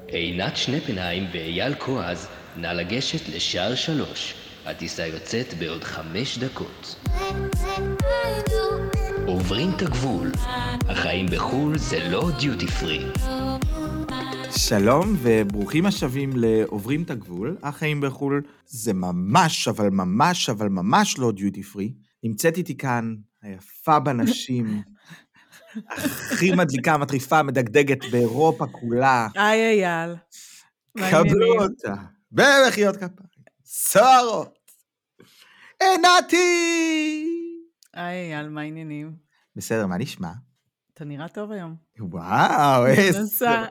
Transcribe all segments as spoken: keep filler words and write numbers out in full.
עינת שנפנהיים ואייל כועז, נא לגשת לשער שלוש. הטיסה יוצאת בעוד חמש דקות. עוברים את הגבול. החיים בחול זה לא דיוטי פרי. שלום וברוכים השבים לעוברים את הגבול. החיים בחול זה ממש, אבל ממש, אבל ממש לא דיוטי פרי. נמצאת איתי כאן היפה בנשים, הכי מדליקה, מטריפה, מדגדגת באירופה כולה. היי אייל. קבלו אותה. במחיאות כפיים. סערות. עינתי! היי אייל, מה העניינים? בסדר, מה נשמע? אתה נראה טוב היום. וואו, איזה... נסע.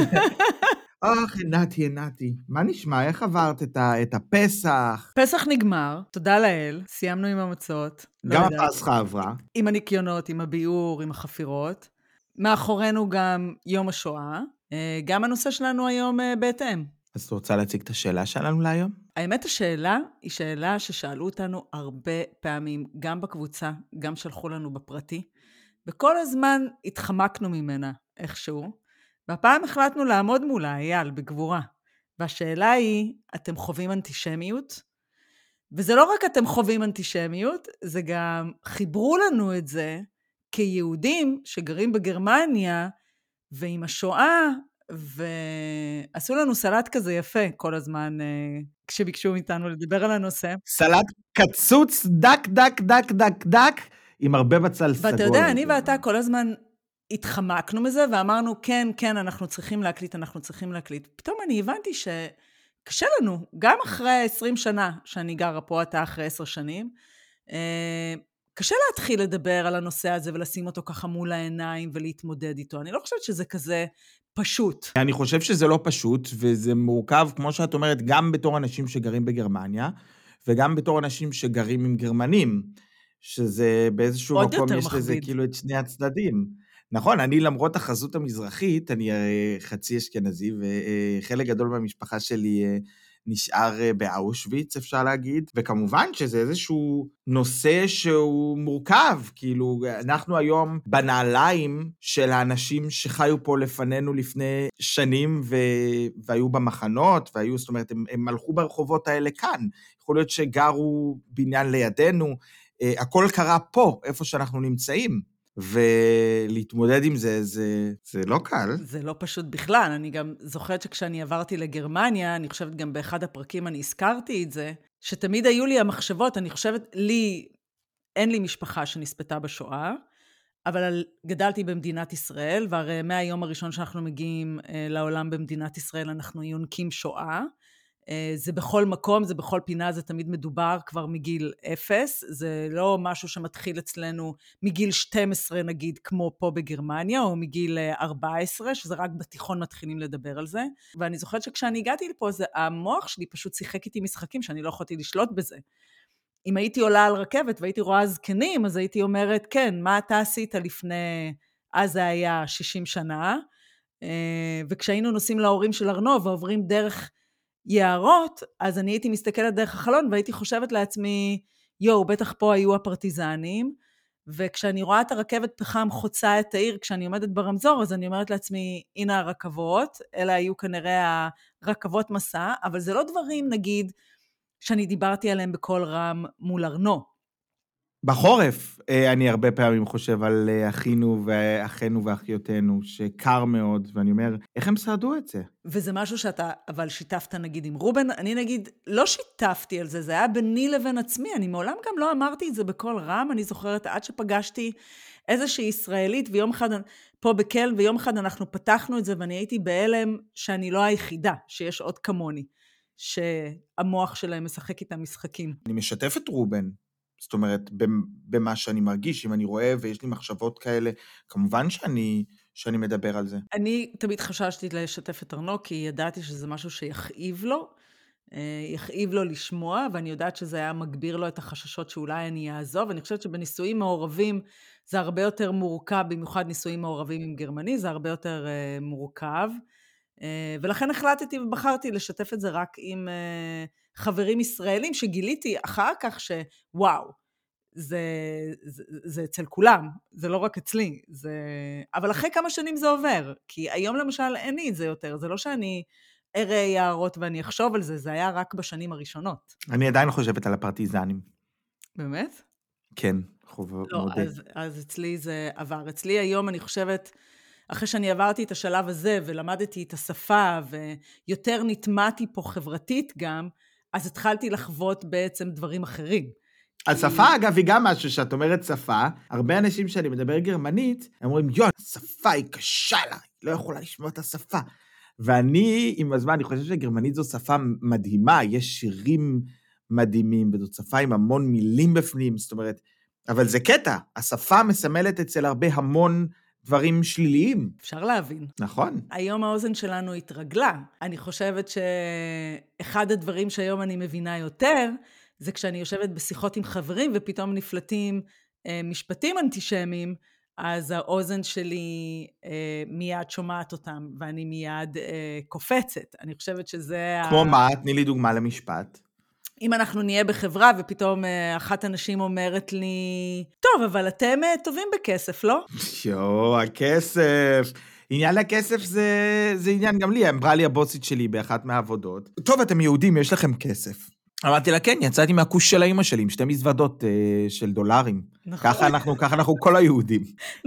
אך, עינתי, עינתי. מה נשמע? איך עברת את, ה... את הפסח? פסח נגמר, תודה לאל, סיימנו עם המצות. גם לא יודעת. הפסחה עברה. עם הניקיונות, עם הביאור, עם החפירות. מאחורינו גם יום השואה. אה, גם הנושא שלנו היום אה, בהתאם. אז את רוצה להציג את השאלה שלנו להיום? האמת, השאלה היא שאלה ששאלו אותנו הרבה פעמים, גם בקבוצה, גם שלחו לנו בפרטי, וכל הזמן התחמקנו ממנה איכשהו, והפעם החלטנו לעמוד מולה, אייל, בגבורה. והשאלה היא, אתם חווים אנטישמיות? וזה לא רק אתם חווים אנטישמיות, זה גם חיברו לנו את זה כיהודים שגרים בגרמניה, ועם השואה, ועשו לנו סלט כזה יפה כל הזמן, כשביקשו מאיתנו לדבר על הנושא. סלט קצוץ, דק, דק, דק, דק, דק, עם הרבה בצל סגול. ואתה יודע, אני ואתה כל הזמן התחמקנו מזה, ואמרנו, כן, כן, אנחנו צריכים להקליט, אנחנו צריכים להקליט. פתאום אני הבנתי שקשה לנו, גם אחרי עשרים שנה שאני גרה פה, אתה אחרי עשר שנים, קשה להתחיל לדבר על הנושא הזה, ולשים אותו ככה מול העיניים, ולהתמודד איתו. אני לא חושבת שזה כזה פשוט. אני חושב שזה לא פשוט, וזה מורכב, כמו שאת אומרת, גם בתור אנשים שגרים בגרמניה, וגם בתור אנשים שגרים עם גרמנים, שזה באיזשהו מקום יש מחביד. לזה כאילו את שני הצדדים. נכון, אני למרות החזות המזרחית, אני חצי אשכנזי, וחלק גדול מהמשפחה שלי נשאר באושוויץ, אפשר להגיד, וכמובן שזה איזשהו נושא שהוא מורכב, כאילו אנחנו היום בנעליים של האנשים שחיו פה לפנינו לפני שנים, ו... והיו במחנות, והיו, זאת אומרת, הם, הם הלכו ברחובות האלה כאן, יכול להיות שגרו בניין לידינו, הכל קרה פה, איפה שאנחנו נמצאים. ולהתמודד עם זה, זה, זה לא קל. זה לא פשוט בכלל. אני גם זוכרת שכשאני עברתי לגרמניה, אני חושבת גם באחד הפרקים אני הזכרתי את זה, שתמיד היו לי המחשבות, אני חושבת, לי, אין לי משפחה שנספתה בשואה, אבל גדלתי במדינת ישראל, והרי מהיום הראשון שאנחנו מגיעים לעולם במדינת ישראל, אנחנו יונקים שואה, זה בכל מקום, זה בכל פינה, זה תמיד מדובר כבר מגיל אפס, זה לא משהו שמתחיל אצלנו מגיל שתים עשרה נגיד, כמו פה בגרמניה, או מגיל ארבע עשרה, שזה רק בתיכון מתחילים לדבר על זה, ואני זוכרת שכשאני הגעתי לפה, זה, המוח שלי פשוט שיחק איתי משחקים, שאני לא יכולתי לשלוט בזה. אם הייתי עולה על רכבת והייתי רואה זקנים, אז הייתי אומרת, כן, מה אתה עשית לפני, אז זה היה שישים שנה, וכשהיינו נוסעים להורים של ארנוב, ועוברים דרך יערות, אז אני הייתי מסתכלת דרך החלון, והייתי חושבת לעצמי, יו, בטח פה היו הפרטיזנים, וכשאני רואה את הרכבת פחם חוצה את העיר, כשאני עומדת ברמזור, אז אני אומרת לעצמי, הנה הרכבות, אלה היו כנראה הרכבות מסע, אבל זה לא דברים, נגיד, שאני דיברתי עליהם בכל רם מול ארנו. בחורף, אני הרבה פעמים חושב על אחינו ואחינו ואחיותינו, שקר מאוד, ואני אומר, איך הם סעדו את זה? וזה משהו שאתה, אבל שיתפת נגיד עם רובן, אני נגיד, לא שיתפתי על זה, זה היה ביני לבין עצמי, אני מעולם גם לא אמרתי את זה בכל רם, אני זוכרת עד שפגשתי איזושהי ישראלית, ויום אחד פה בקל, ויום אחד אנחנו פתחנו את זה, ואני הייתי בהלם שאני לא היחידה, שיש עוד כמוני, שהמוח שלהם משחק איתם משחקים. אני משתף את רובן, זאת אומרת, במה שאני מרגיש, אם אני רואה ויש לי מחשבות כאלה, כמובן שאני, שאני מדבר על זה. אני תמיד חששתי לשתף את ארנו, כי ידעתי שזה משהו שיכאיב לו, יכאיב לו לשמוע, ואני יודעת שזה היה מגביר לו את החששות שאולי אני אעזוב, ואני חושבת שבנישואים מעורבים זה הרבה יותר מורכב, במיוחד נישואים מעורבים עם גרמני, זה הרבה יותר מורכב, ולכן החלטתי ובחרתי לשתף את זה רק עם חברים ישראלים, שגיליתי אחר כך שוואו, זה, זה, זה אצל כולם, זה לא רק אצלי, זה... אבל אחרי כמה שנים זה עובר, כי היום למשל אין לי את זה יותר, זה לא שאני אראה יערות ואני אחשוב על זה, זה היה רק בשנים הראשונות. אני עדיין חושבת על הפרטיזנים. באמת? כן, חוב לא, מודה. אז, אז אצלי זה עבר. אצלי היום אני חושבת, אחרי שאני עברתי את השלב הזה ולמדתי את השפה ויותר נטמעתי פה חברתית גם, אז התחלתי לחוות בעצם דברים אחרים. השפה, אגב, היא גם משהו שאת אומרת שפה, הרבה אנשים שאני מדבר גרמנית, הם אומרים, יו, השפה היא קשה לה, היא לא יכולה לשמוע את השפה. ואני, עם הזמן, אני חושב שגרמנית זו שפה מדהימה, יש שירים מדהימים, וזו שפה עם המון מילים בפנים, זאת אומרת, אבל זה קטע, השפה מסמלת אצל הרבה המון דברים שליליים. אפשר להבין. נכון. היום האוזן שלנו התרגלה. אני חושבת שאחד הדברים שהיום אני מבינה יותר, זה כשאני יושבת בשיחות עם חברים, ופתאום נפלטים אה, משפטים אנטישמיים, אז האוזן שלי אה, מיד שומעת אותם, ואני מיד אה, קופצת. אני חושבת שזה... כמו ה... מה? תני לי דוגמה למשפט. אם אנחנו נהיה בחברה, ופתאום אה, אחת הנשים אומרת לי, טוב, אבל אתם אה, טובים בכסף, לא? יו, הכסף. עניין לכסף זה, זה עניין גם לי, אמרה לי הבוסית שלי באחת מהעבודות. טוב, אתם יהודים, יש לכם כסף. אמרתי לה, כן, יצאתי מהכוש של האמא שלי, עם שתי מזוודות אה, של דולרים. נכון. ככה אנחנו, ככה אנחנו כל היהודים.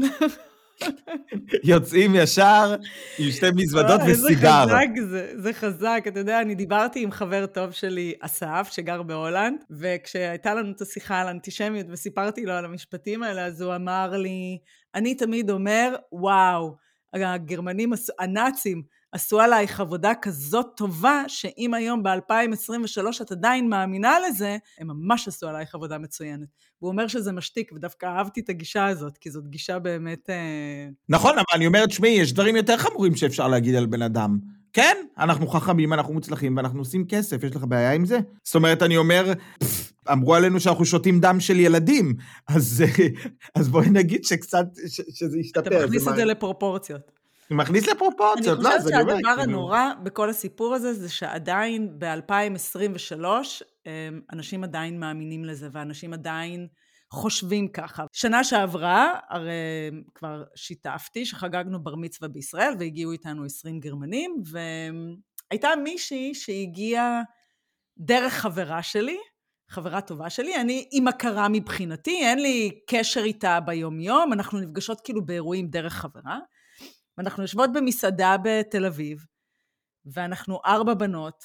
יוצאים ישר עם שתי מזוודות וסיגר. איזה חזק זה, זה חזק. אתה יודע, אני דיברתי עם חבר טוב שלי, אסף, שגר בהולנד, וכשהייתה לנו את השיחה על אנטישמיות, וסיפרתי לו על המשפטים האלה, אז הוא אמר לי, אני תמיד אומר, וואו, הגרמנים, הנאצים, עשו עלייך עבודה כזאת טובה, שאם היום ב-אלפיים עשרים ושלוש את עדיין מאמינה לזה, הם ממש עשו עלייך עבודה מצוינת. והוא אומר שזה משתיק, ודווקא אהבתי את הגישה הזאת, כי זאת גישה באמת... נכון, אבל אני אומרת, שמי, יש דברים יותר חמורים שאפשר להגיד על בן אדם. כן, אנחנו חכמים, אנחנו מוצלחים, ואנחנו עושים כסף, יש לך בעיה עם זה? זאת אומרת, אני אומר, אמרו עלינו שאנחנו שותים דם של ילדים, אז, אז בואי נגיד שקצת, ש, שזה ישתפר. אתה מכניס את זה לפרופורציות. אני מכניס לפרופורציות, לא, אז אני אומר. אני חושבת שהדבר הנורא בכל הסיפור הזה, זה שעדיין ב-אלפיים עשרים ושלוש, אנשים עדיין מאמינים לזה, ואנשים עדיין חושבים ככה. שנה שעברה, הרי כבר שיתפתי, שחגגנו בר מצווה בישראל, והגיעו איתנו עשרים גרמנים, והייתה מישהי שהגיעה דרך חברה שלי, חברה טובה שלי, אני עם הכרה מבחינתי, אין לי קשר איתה ביום יום, אנחנו נפגשות כאילו באירועים דרך חברה, ואנחנו יושבות במסעדה בתל אביב, ואנחנו ארבע בנות,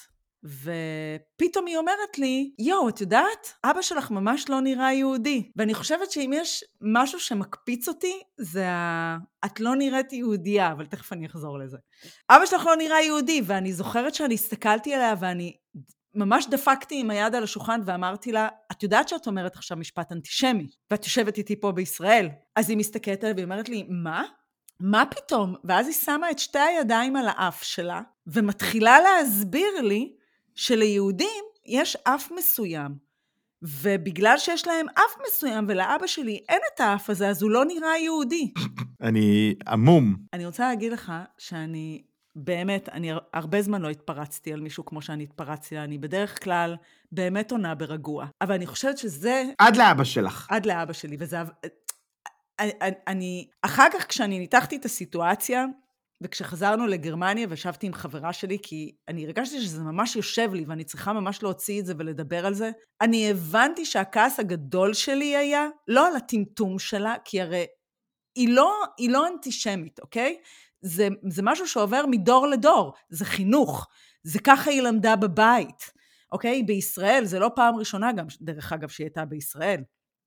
ופתאום היא אומרת לי, יו, את יודעת? אבא שלך ממש לא נראה יהודי. ואני חושבת שאם יש משהו שמקפיץ אותי, זה ה... את לא נראית יהודייה, אבל תכף אני אחזור לזה. אבא שלך לא נראה יהודי, ואני זוכרת שאני הסתכלתי עליה, ואני ממש דפקתי עם היד על השולחן, ואמרתי לה, את יודעת שאת אומרת עכשיו משפט אנטישמי, ואת יושבת איתי פה בישראל. אז היא מסתכלת עליה, והיא אומרת לי, מה? מה פתאום? ואז היא שמה את שתי הידיים על האף שלה, ומתחילה להסביר לי שליהודים יש אף מסוים, ובגלל שיש להם אף מסוים, ולאבא שלי אין את האף הזה, אז הוא לא נראה יהודי. אני עמום. אני רוצה להגיד לך שאני באמת, אני הרבה זמן לא התפרצתי על מישהו כמו שאני התפרצתי, אני בדרך כלל באמת עונה ברגוע, אבל אני חושבת שזה... עד לאבא שלך. עד לאבא שלי, וזה... אני, אני, אחר כך כשאני ניתחתי את הסיטואציה, וכשחזרנו לגרמניה וישבתי עם חברה שלי, כי אני הרגשתי שזה ממש יושב לי, ואני צריכה ממש להוציא את זה ולדבר על זה, אני הבנתי שהכעס הגדול שלי היה, לא על הטמטום שלה, כי הרי היא לא, היא לא אנטישמית, אוקיי? זה, זה משהו שעובר מדור לדור, זה חינוך, זה ככה היא למדה בבית, אוקיי? בישראל, זה לא פעם ראשונה גם, דרך אגב, שהיא הייתה בישראל.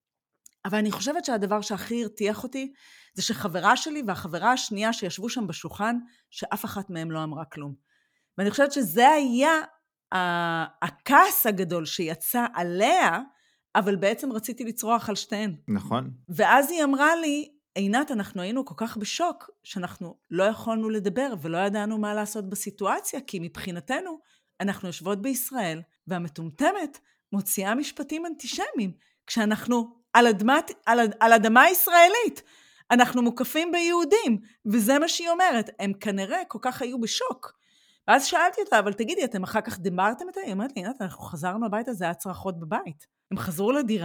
אבל אני חושבת שהדבר שהכי הרתיח אותי, זה שחברה שלי והחברה השנייה שישבו שם בשולחן, שאף אחת מהם לא אמרה כלום. ואני חושבת שזה היה הכעס הגדול שיצא עליה, אבל בעצם רציתי לצרוח על שתיהן. נכון. ואז היא אמרה לי, עינת, אנחנו היינו כל כך בשוק, שאנחנו לא יכולנו לדבר, ולא ידענו מה לעשות בסיטואציה, כי מבחינתנו, אנחנו יושבות בישראל, והמטומטמת מוציאה משפטים אנטישמיים, כשאנחנו על אדמת, על, על אדמה ישראלית, אנחנו מוקפים ביהודים, וזה מה שהיא אומרת, הם כנראה כל כך היו בשוק. ואז שאלתי אותה, אבל תגידי, אתם אחר כך דיברתם את זה? היא אומרת לי, אנחנו חזרנו הביתה, זה היה צרחות בבית. הם חזרו לדירה,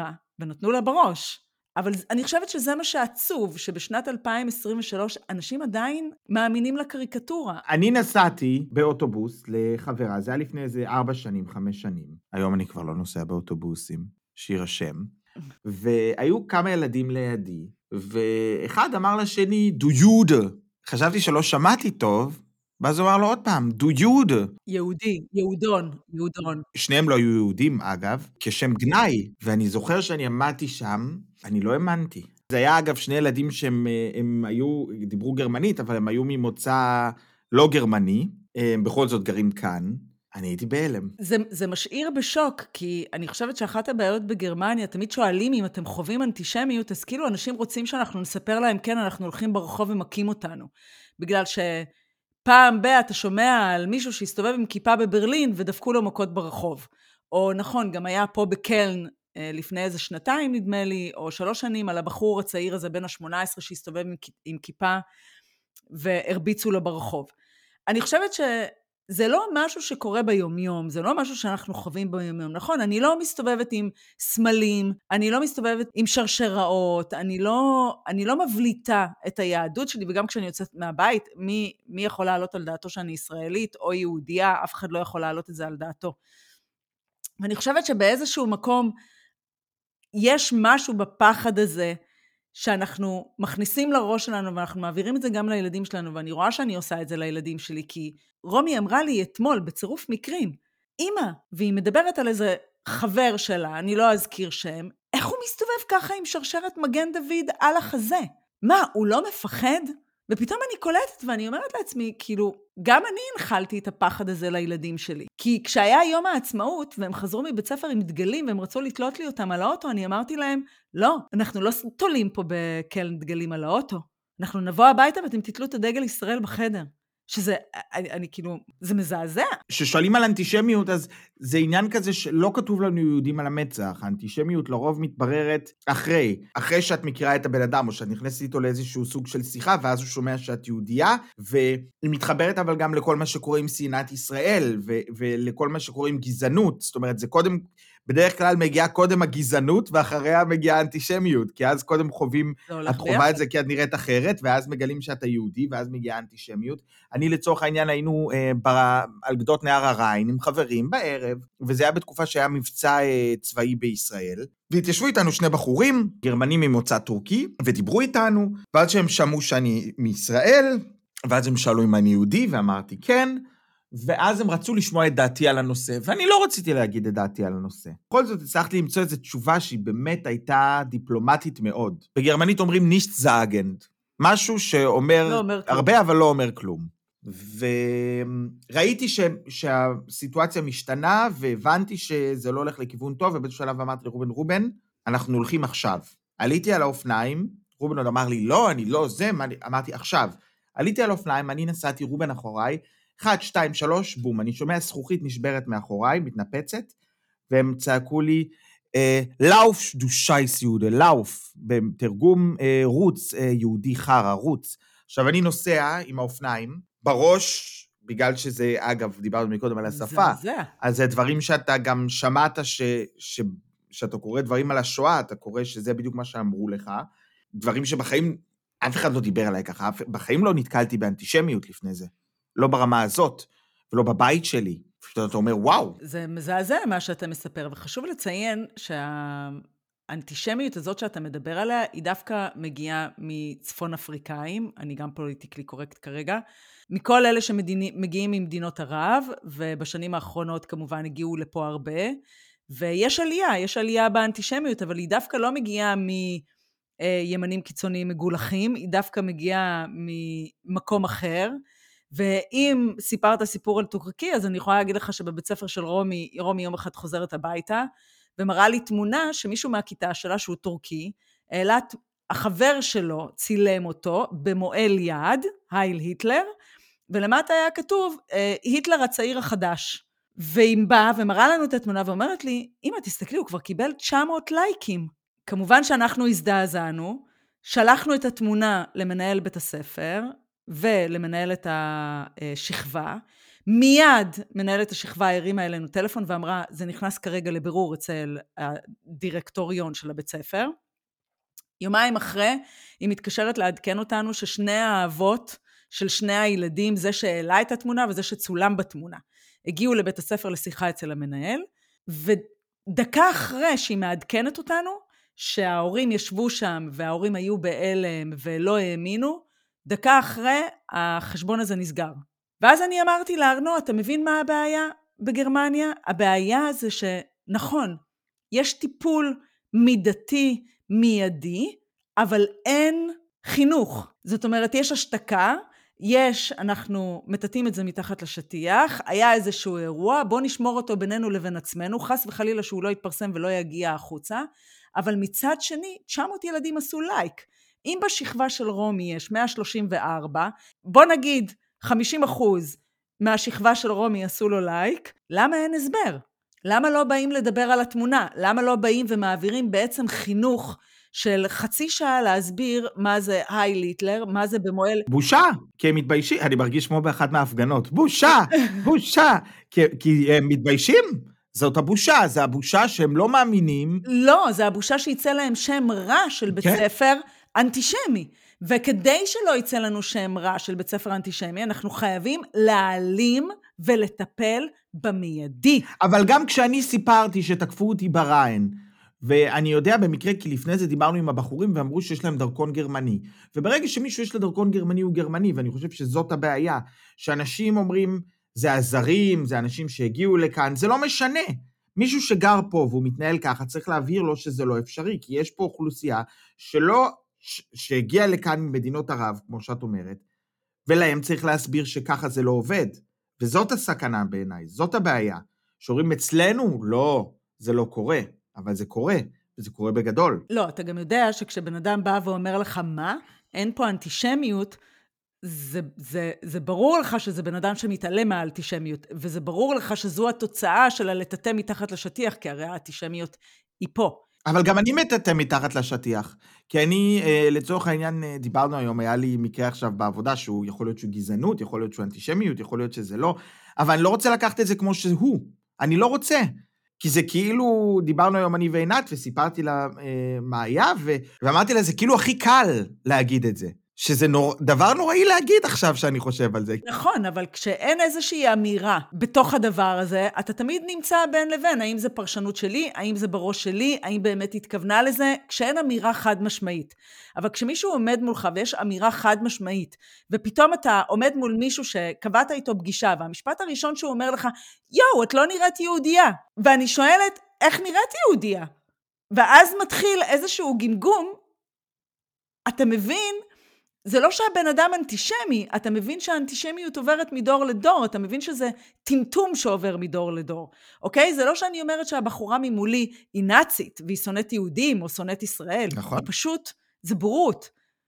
ונתנו לה בראש. אבל אני חושבת שזה מה שעצוב, שבשנת אלפיים עשרים ושלוש אנשים עדיין מאמינים לקריקטורה. אני נסעתי באוטובוס לחברה, זה היה לפני איזה ארבע שנים, חמש שנים. היום אני כבר לא נוסע באוטובוסים, שירשם. והיו כמה ילדים לידי, ואחד אמר לשני, דו יודה. חשבתי שלא שמעתי טוב, ואז הוא אמר לו עוד פעם, דו יודה. יהודי, יהודון, יהודון. שניהם לא היו יהודים, אגב, כשם גנאי, ואני זוכר שאני עמדתי שם, אני לא האמנתי. זה היה, אגב, שני ילדים שהם הם היו, דיברו גרמנית, אבל הם היו ממוצא לא גרמני, הם בכל זאת גרים כאן. אני הייתי בהלם. זה, זה משאיר בשוק, כי אני חושבת שאחת הבעיות בגרמניה, תמיד שואלים אם אתם חווים אנטישמיות, אז כאילו אנשים רוצים שאנחנו נספר להם, כן, אנחנו הולכים ברחוב ומכים אותנו. בגלל שפעם בה אתה שומע על מישהו שהסתובב עם כיפה בברלין, ודפקו לו מכות ברחוב. או נכון, גם היה פה בקלן, לפני איזה שנתיים נדמה לי, או שלוש שנים, על הבחור הצעיר הזה בין ה-שמונה עשרה שהסתובב עם, עם כיפה, והרביצו לו ברחוב. אני חושבת ש... זה לא משהו שקורה ביומיום, זה לא משהו שאנחנו חווים ביומיום, נכון? אני לא מסתובבת עם סמלים, אני לא מסתובבת עם שרשראות, אני לא, אני לא מבליטה את היהדות שלי, וגם כשאני יוצאת מהבית, מי, מי יכול לעלות על דעתו שאני ישראלית או יהודייה, אף אחד לא יכול לעלות את זה על דעתו. ואני חושבת שבאיזשהו מקום, יש משהו בפחד הזה, שאנחנו מכניסים לראש שלנו, ואנחנו מעבירים את זה גם לילדים שלנו, ואני רואה שאני עושה את זה לילדים שלי, כי רומי אמרה לי אתמול, בצירוף מקרים, אמא, והיא מדברת על איזה חבר שלה, אני לא אזכיר שם, איך הוא מסתובב ככה עם שרשרת מגן דוד על החזה? מה, הוא לא מפחד? ופתאום אני קולטת ואני אומרת לעצמי, כאילו, גם אני הנחלתי את הפחד הזה לילדים שלי. כי כשהיה יום העצמאות, והם חזרו מבית ספר עם דגלים, והם רצו לתלות לי אותם על האוטו, אני אמרתי להם, לא, אנחנו לא תולים פה בקלן דגלים על האוטו. אנחנו נבוא הביתה ואתם תתלו את הדגל ישראל בחדר. שזה, אני, אני כאילו, זה מזעזע. ששואלים על אנטישמיות, אז זה עניין כזה שלא כתוב לנו יהודים על המצח. האנטישמיות לרוב מתבררת אחרי, אחרי שאת מכירה את הבן אדם, או שאת נכנסת איתו לאיזשהו סוג של שיחה, ואז הוא שומע שאת יהודייה, והיא מתחברת אבל גם לכל מה שקורה עם שנאת ישראל, ו- ולכל מה שקורה עם גזענות. זאת אומרת, זה קודם, בדרך כלל מגיעה קודם הגזענות, ואחריה מגיעה האנטישמיות, כי אז קודם חווים, את חווה את זה כי את נראית אחרת, ואז מגלים שאתה יהודי, ואז מגיעה האנטישמיות. אני לצורך העניין היינו אה, בר... על גדות נהר הריין עם חברים בערב, וזה היה בתקופה שהיה מבצע אה, צבאי בישראל, והתיישבו איתנו שני בחורים, גרמנים ממוצא טורקי, ודיברו איתנו, ועד שהם שמעו שאני מישראל, ואז הם שאלו אם אני יהודי, ואמרתי כן, ואז הם רצו לשמוע את דעתי על הנושא, ואני לא רציתי להגיד את דעתי על הנושא. בכל זאת הצלחתי למצוא איזו תשובה שהיא באמת הייתה דיפלומטית מאוד. בגרמנית אומרים נישט זאגנד, משהו שאומר לא אומר הרבה אבל לא אומר כלום. וראיתי ש... שהסיטואציה משתנה, והבנתי שזה לא הולך לכיוון טוב, ובאיזשהו שלב אמרתי לרובן, רובן, אנחנו הולכים עכשיו. עליתי על האופניים, רובן עוד אמר לי, לא, אני לא זה, אמרתי עכשיו. עליתי על האופניים, אני נסעתי רובן אחוריי, אחד, שתיים, שלוש, בום, אני שומע זכוכית נשברת מאחוריי, מתנפצת, והם צעקו לי, לאוף דו שייס יהודה, לאוף, בתרגום רוץ, יהודי חרה, רוץ. עכשיו אני נוסע עם האופניים, בראש, בגלל שזה, אגב, דיברנו מקודם על השפה, זה, זה. אז זה דברים שאתה גם שמעת, ש, ש, שאתה קורא דברים על השואה, אתה קורא שזה בדיוק מה שאמרו לך, דברים שבחיים, אף אחד לא דיבר עליי ככה, בחיים לא נתקלתי באנטישמיות לפני זה. לא ברמה הזאת, ולא בבית שלי. אתה אומר, וואו. זה מזעזע מה שאתה מספר, וחשוב לציין שהאנטישמיות הזאת שאתה מדבר עליה, היא דווקא מגיעה מצפון אפריקאים, אני גם פוליטיקלי קורקט כרגע, מכל אלה שמגיעים ממדינות ערב, ובשנים האחרונות כמובן הגיעו לפה הרבה, ויש עלייה, יש עלייה באנטישמיות, אבל היא דווקא לא מגיעה מימנים קיצוניים מגולחים, היא דווקא מגיעה ממקום אחר, ואם סיפרת סיפור על טורקי, אז אני יכולה להגיד לך שבבית ספר של רומי, רומי יום אחד חוזרת הביתה, ומראה לי תמונה שמישהו מהכיתה שלה, שהוא טורקי, העלה, החבר שלו צילם אותו במועל יד, הייל היטלר, ולמטה היה כתוב, היטלר הצעיר החדש. והיא באה ומראה לנו את התמונה ואומרת לי, אמא תסתכלי, הוא כבר קיבל תשע מאות לייקים. כמובן שאנחנו הזדעזענו, שלחנו את התמונה למנהל בית הספר, ולמנהלת השכבה. מיד מנהלת השכבה הרימה אלינו טלפון ואמרה, זה נכנס כרגע לבירור אצל הדירקטוריון של הבית ספר. יומיים אחרי, היא מתקשרת לעדכן אותנו ששני האבות של שני הילדים, זה שהעלה את התמונה וזה שצולם בתמונה, הגיעו לבית הספר לשיחה אצל המנהל, ודקה אחרי שהיא מעדכנת אותנו, שההורים ישבו שם וההורים היו בהלם ולא האמינו, דקה אחרי החשבון הזה נסגר. ואז אני אמרתי לארנו, אתה מבין מה הבעיה בגרמניה? הבעיה זה שנכון, יש טיפול מידתי מיידי, אבל אין חינוך. זאת אומרת, יש השתקה, יש, אנחנו מטטים את זה מתחת לשטיח, היה איזשהו אירוע, בוא נשמור אותו בינינו לבין עצמנו, חס וחלילה שהוא לא יתפרסם ולא יגיע החוצה, אבל מצד שני, תשע מאות ילדים עשו לייק. אם בשכבה של רומי יש מאה שלושים וארבע, בוא נגיד חמישים אחוז מהשכבה של רומי עשו לו לייק, למה אין הסבר? למה לא באים לדבר על התמונה? למה לא באים ומעבירים בעצם חינוך של חצי שעה להסביר מה זה היי ליטלר, מה זה במועל... בושה, כי הם מתביישים, אני מרגיש כמו באחת מההפגנות, בושה, בושה, כי, כי הם מתביישים, זאת הבושה, זה הבושה שהם לא מאמינים. לא, זה הבושה שיצא להם שם רע של בית כן? ספר אנטישמי, וכדי שלא יצא לנו שם רע של בית ספר אנטישמי, אנחנו חייבים להעלים ולטפל במיידי. אבל גם כשאני סיפרתי שתקפו אותי בריין, ואני יודע במקרה, כי לפני זה דיברנו עם הבחורים ואמרו שיש להם דרכון גרמני. וברגע שמישהו יש לו דרכון גרמני הוא גרמני, ואני חושב שזאת הבעיה, שאנשים אומרים, זה הזרים, זה אנשים שהגיעו לכאן, זה לא משנה. מישהו שגר פה והוא מתנהל ככה, צריך להבהיר לו שזה לא אפשרי, כי יש פה אוכלוסייה שלא, שהגיעה לכאן ממדינות ערב, כמו שאת אומרת, ולהם צריך להסביר שככה זה לא עובד. וזאת הסכנה בעיניי, זאת הבעיה. שאומרים אצלנו, לא, זה לא קורה. אבל זה קורה, וזה קורה בגדול. לא, אתה גם יודע שכשבן אדם בא ואומר לך מה, אין פה אנטישמיות, זה, זה, זה ברור לך שזה בן אדם שמתעלם מהאנטישמיות, וזה ברור לך שזו התוצאה של הלטאטא מתחת לשטיח, כי הרי האנטישמיות היא פה. אבל גם אני מטאטא מתחת לשטיח, כי אני, לצורך העניין, דיברנו היום, היה לי מקרה עכשיו בעבודה, שהוא יכול להיות שהוא גזענות, יכול להיות שהוא אנטישמיות, יכול להיות שזה לא, אבל אני לא רוצה לקחת את זה כמו שהוא, אני לא רוצה. כי זה כאילו, דיברנו היום אני ועינת, וסיפרתי לה אה, מה היה, ו... ואמרתי לה, זה כאילו הכי קל להגיד את זה. שזה נור... דבר נוראי להגיד עכשיו שאני חושב על זה. נכון, אבל כשאין איזושהי אמירה בתוך הדבר הזה, אתה תמיד נמצא בין לבין, האם זה פרשנות שלי, האם זה בראש שלי, האם באמת התכוונה לזה, כשאין אמירה חד משמעית. אבל כשמישהו עומד מולך ויש אמירה חד משמעית, ופתאום אתה עומד מול מישהו שקבעת איתו פגישה, והמשפט הראשון שהוא אומר לך, יואו, את לא נראית יהודייה. ואני שואלת, איך נראית יהודייה? ואז מתחיל איזשהו גמגום, אתה מבין, זה לא שהבן אדם אנטישמי, אתה מבין שהאנטישמיות עוברת מדור לדור, אתה מבין שזה טמטום שעובר מדור לדור, אוקיי? זה לא שאני אומרת שהבחורה ממולי היא נאצית, והיא שונאת יהודים או שונאת ישראל, נכון. היא פשוט, זה בורות.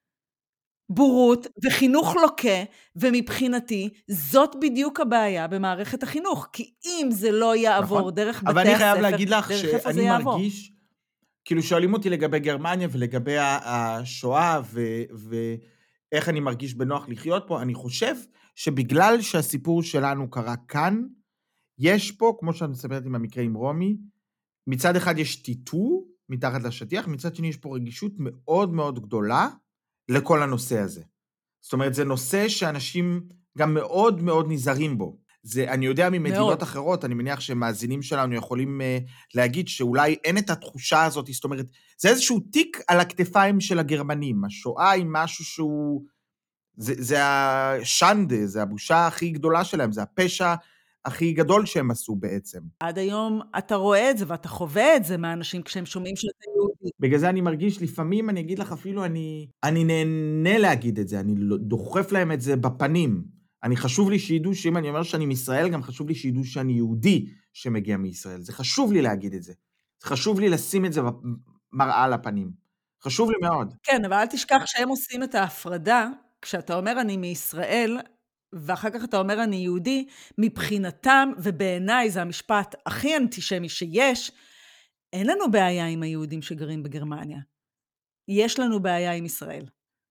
בורות וחינוך לוקה, ומבחינתי זאת בדיוק הבעיה במערכת החינוך, כי אם זה לא יעבור נכון. דרך בתי הספר, אבל אני חייב להגיד לך שאני מרגיש, כאילו שואלים אותי לגבי גרמניה ולגבי השואה ו... ו... איך אני מרגיש בנוח לחיות פה, אני חושב שבגלל שהסיפור שלנו קרה כאן, יש פה, כמו שאת מספרת עם המקרה עם רומי, מצד אחד יש טיטור מתחת לשטיח, מצד שני יש פה רגישות מאוד מאוד גדולה לכל הנושא הזה. זאת אומרת, זה נושא שאנשים גם מאוד מאוד נזהרים בו. זה, אני יודע ממדינות מאוד. אחרות, אני מניח שמאזינים שלנו יכולים uh, להגיד שאולי אין את התחושה הזאת, זאת אומרת, זה איזשהו תיק על הכתפיים של הגרמנים, השואה היא משהו שהוא, זה, זה השנדה, זה הבושה הכי גדולה שלהם, זה הפשע הכי גדול שהם עשו בעצם. עד היום אתה רואה את זה ואתה חווה את זה מהאנשים כשהם שומעים שאתה יהודי. בגלל זה אני מרגיש, לפעמים אני אגיד לך אפילו, אני, אני נהנה להגיד את זה, אני דוחף להם את זה בפנים, אני חשוב לי שידעו שאם אני אומר שאני מישראל, גם חשוב לי שידעו שאני יהודי שמגיע מישראל. זה חשוב לי להגיד את זה. זה חשוב לי לשים את זה במראה לפנים. חשוב לי מאוד. כן, אבל אל תשכח שהם עושים את ההפרדה, כשאתה אומר אני מישראל, ואחר כך אתה אומר אני יהודי, מבחינתם, ובעיניי זה המשפט הכי אנטישמי שיש, אין לנו בעיה עם היהודים שגרים בגרמניה. יש לנו בעיה עם ישראל.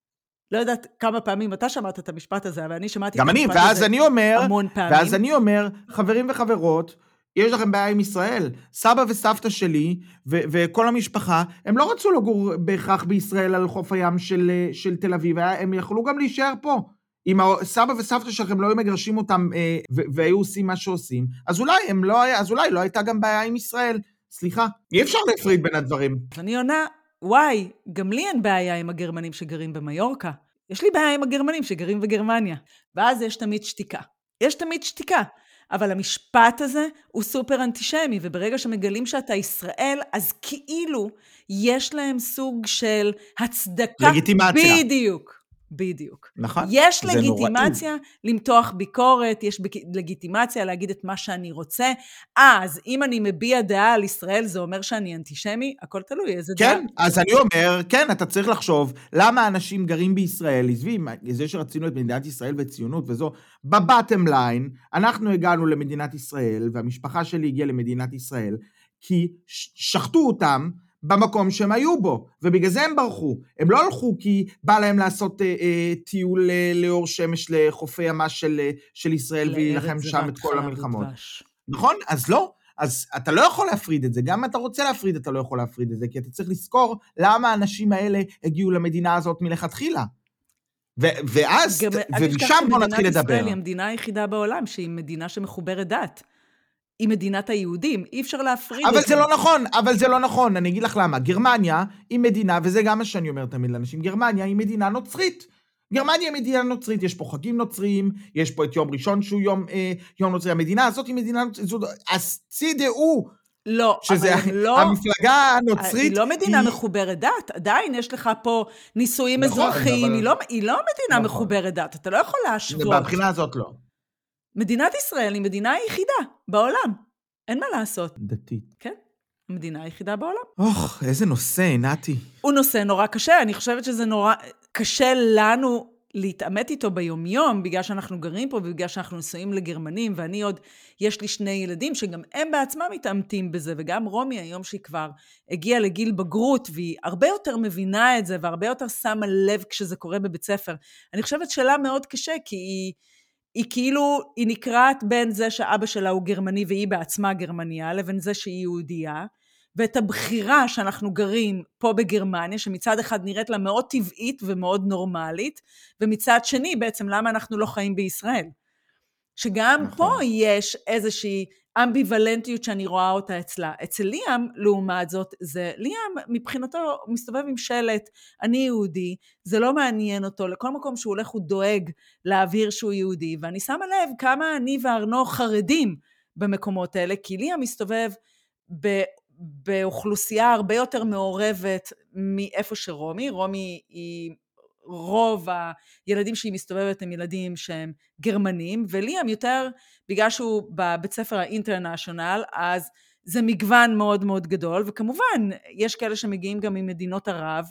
לא יודעת כמה פעמים אתה שמעת את המשפט הזה, אבל אני שמעתי את גם אני, המשפט ואז הזה אני אומר, המון פעמים. ואז אני אומר, חברים וחברות, יש לכם בעיה עם ישראל. סבא וסבתא שלי ו- וכל המשפחה, הם לא רצו לגור בהכרח בישראל על חוף הים של, של תל אביב, הם יכלו גם להישאר פה. אם סבא וסבתא שלכם לא היו מגרשים אותם אה, ו- והיו עושים מה שעושים, אז אולי, הם לא, אז אולי לא הייתה גם בעיה עם ישראל. סליחה, אי אפשר להפריד בין הדברים. ואני עונה, וואי, גם לי אין בעיה עם הגרמנים שגרים במיורקה. יש לי בעיה עם הגרמנים שגרים בגרמניה. ואז יש תמיד שתיקה. יש תמיד שתיקה. אבל המשפט הזה הוא סופר אנטישמי, וברגע שמגלים שאתה ישראל, אז כאילו יש להם סוג של הצדקה. לגיטימציה. בדיוק. בדיוק. נכון. יש זה לגיטימציה נוראי. למתוח ביקורת, יש לגיטימציה להגיד את מה שאני רוצה. אז אם אני מביע דעה על ישראל, זה אומר שאני אנטישמי? הכל תלוי, איזה דעה. כן, אז אני אומר, כן, אתה צריך לחשוב, למה אנשים גרים בישראל, עזבי, זה שרצינו את מדינת ישראל וציונות וזו, בבטם ליין, אנחנו הגענו למדינת ישראל, והמשפחה שלי הגיעה למדינת ישראל, כי שחטו אותם, במקום שהם היו בו, ובגלל זה הם ברחו. הם לא הלכו כי בא להם לעשות אה, אה, טיול אה, לאור שמש לחופי ימה של, אה, של ישראל, וילחם שם את כל המלחמות. נכון? אז לא. אז אתה לא יכול להפריד את זה. גם אם אתה רוצה להפריד, אתה לא יכול להפריד את זה, כי אתה צריך לזכור למה האנשים האלה הגיעו למדינה הזאת מלכתחילה. ו- ואז, גם, ומשם בוא נתחיל לדבר. ישראל היא המדינה היחידה בעולם, שהיא מדינה שמחוברת דת. היא מדינת היהודים, אי אפשר להפריד. אבל זה לא נכון, אבל זה לא נכון, אני אגיד לך למה. גרמניה היא מדינה, וזה גם מה שאני אומר תמיד לאנשים, גרמניה היא מדינה נוצרית. גרמניה היא מדינה נוצרית, יש פה חגים נוצריים, יש פה את יום ראשון שהוא יום, אה, יום נוצרי. המדינה הזאת היא מדינה נוצרית, אז צידעו, לא, שזה אבל לא, המפלגה הנוצרית. היא לא מדינה היא... מחוברת דת, עדיין יש לך פה נישואים נכון, אזרחיים, אבל... היא, לא, היא לא מדינה נכון. מחוברת דת, אתה לא יכול להשוות. בבחינה הזאת לא. מדינת ישראל היא מדינה היחידה בעולם. אין מה לעשות. דתית. כן, המדינה היחידה בעולם. אוח, איזה נושא, נתי. הוא נושא נורא קשה, אני חושבת שזה נורא קשה לנו להתאמת איתו ביומיום, בגלל שאנחנו גרים פה, ובגלל שאנחנו נשואים לגרמנים, ואני עוד, יש לי שני ילדים, שגם הם בעצמם מתאמתים בזה, וגם רומי היום שהיא כבר הגיעה לגיל בגרות, והיא הרבה יותר מבינה את זה, והרבה יותר שמה לב כשזה קורה בבית ספר. אני חושבת שלה מאוד קשה, כי היא... היא כאילו, היא נקראת בין זה שאבא שלה הוא גרמני והיא בעצמה גרמניה, לבין זה שהיא יהודייה, ואת הבחירה שאנחנו גרים פה בגרמניה, שמצד אחד נראית לה מאוד טבעית ומאוד נורמלית, ומצד שני בעצם למה אנחנו לא חיים בישראל. שגם נכון. פה יש איזושהי אמביוולנטיות שאני רואה אותה אצלה. אצל ליאם, לעומת זאת, זה, ליאם מבחינתו מסתובב עם שלט, אני יהודי, זה לא מעניין אותו, לכל מקום שהוא הולך הוא דואג להבהיר שהוא יהודי, ואני שמה לב כמה אני וארנו חרדים במקומות האלה, כי ליאם מסתובב ב... באוכלוסייה הרבה יותר מעורבת מאיפה שרומי, רומי היא... רוב הילדים שהיא מסתובבת הם ילדים שהם גרמנים, וליאם יותר, בגלל שהוא בבית ספר האינטרנשיונל, אז זה מגוון מאוד מאוד גדול, וכמובן, יש כאלה שמגיעים גם ממדינות ערב,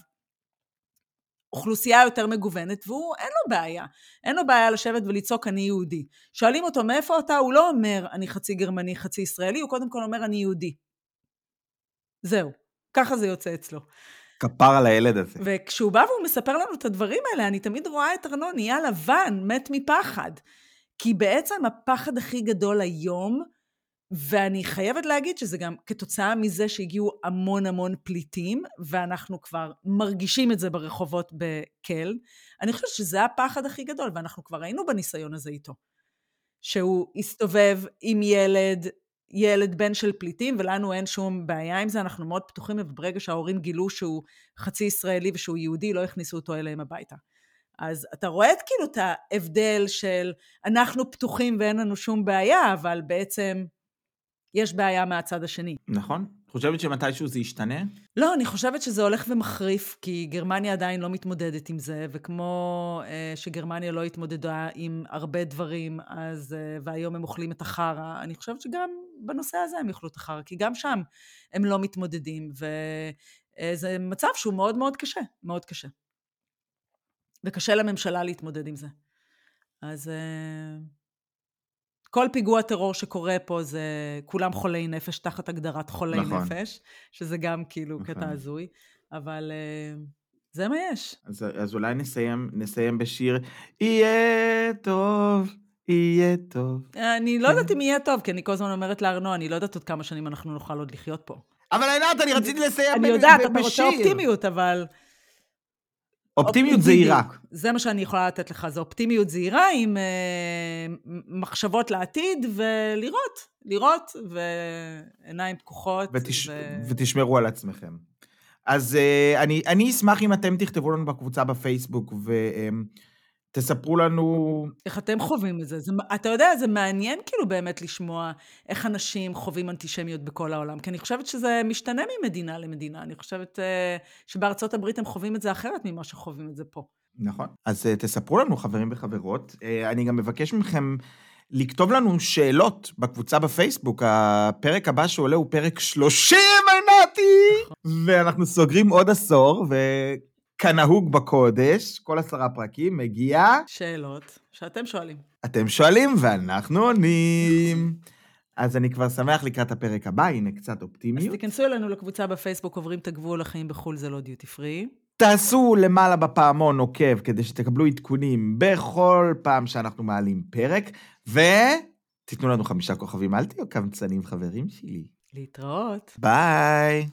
אוכלוסייה יותר מגוונת, והוא אין לו בעיה, אין לו בעיה לשבת ולצעוק אני יהודי. שואלים אותו מאיפה אתה, הוא לא אומר אני חצי גרמני, חצי ישראלי, הוא קודם כל אומר אני יהודי. זהו, ככה זה יוצא אצלו. כפר על הילד הזה. וכשהוא בא והוא מספר לנו את הדברים האלה, אני תמיד רואה את ארנו נהיה לבן, מת מפחד. כי בעצם הפחד הכי גדול היום, ואני חייבת להגיד שזה גם כתוצאה מזה שהגיעו המון המון פליטים, ואנחנו כבר מרגישים את זה ברחובות בקל, אני חושבת שזה הפחד הכי גדול, ואנחנו כבר ראינו בניסיון הזה איתו. שהוא הסתובב עם ילד, ילד בן של פליטים, ולנו אין שום בעיה עם זה, אנחנו מאוד פתוחים, וברגע שההורים גילו שהוא חצי ישראלי ושהוא יהודי, לא הכניסו אותו אליהם הביתה. אז אתה רואה את כאילו את ההבדל של אנחנו פתוחים ואין לנו שום בעיה, אבל בעצם יש בעיה מהצד השני. נכון. חושבת שמתישהו זה ישתנה? לא, אני חושבת שזה הולך ומחריף, כי גרמניה עדיין לא מתמודדת עם זה, וכמו אה, שגרמניה לא התמודדה עם הרבה דברים, אז, אה, והיום הם אוכלים את החרה, אני חושבת שגם בנושא הזה הם יאכלו את החרה, כי גם שם הם לא מתמודדים, וזה מצב שהוא מאוד מאוד קשה, מאוד קשה. וקשה לממשלה להתמודד עם זה. אז... אה, כל פיגוע טרור שקורה פה זה כולם חולי נפש, תחת הגדרת חולי נכון. נפש, שזה גם כאילו נכון. קטע הזוי, אבל זה מה יש. אז, אז אולי נסיים, נסיים בשיר, יהיה טוב, יהיה טוב. אני לא יודעת אם יהיה טוב, כי אני כל הזמן אומרת לארנו, אני לא יודעת עוד כמה שנים אנחנו נוכל עוד לחיות פה. אבל עינת, אני רציתי לסיים אני ב- יודעת, ב- אתה רוצה אופטימיות, אבל... אופטימיות זהירה. בדיוק. זה מה שאני יכולה לתת לך, זה אופטימיות זהירה עם אה, מחשבות לעתיד, ולראות, לראות, ועיניים פקוחות. ותש... ו... ותשמרו על עצמכם. אז uh, אני, אני אשמח אם אתם תכתבו לנו בקבוצה בפייסבוק, ותספרו לנו... איך אתם חווים את זה? זה? אתה יודע, זה מעניין כאילו באמת לשמוע איך אנשים חווים אנטישמיות בכל העולם, כי אני חושבת שזה משתנה ממדינה למדינה, אני חושבת uh, שבארצות הברית הם חווים את זה אחרת ממה שחווים את זה פה. נכון. אז uh, תספרו לנו, חברים וחברות. Uh, אני גם מבקש מכם לכתוב לנו שאלות בקבוצה בפייסבוק. הפרק הבא שעולה הוא פרק שלושים, עינתי! ואנחנו סוגרים עוד עשור, וכנהוג בקודש, כל עשרה פרקים מגיע... שאלות שאתם שואלים. אתם שואלים ואנחנו עונים. אז אני כבר שמח לקראת הפרק הבא, הנה קצת אופטימיות. אז תיכנסו אלינו לקבוצה בפייסבוק, עוברים את הגבול, החיים בחול זה לא דיוטי פרי. תעשו למעלה בפעמון עוקב, כדי שתקבלו עדכונים בכל פעם שאנחנו מעלים פרק, ותיתנו לנו חמישה כוכבים, אל תהיו קמצנים חברים שלי. להתראות. ביי.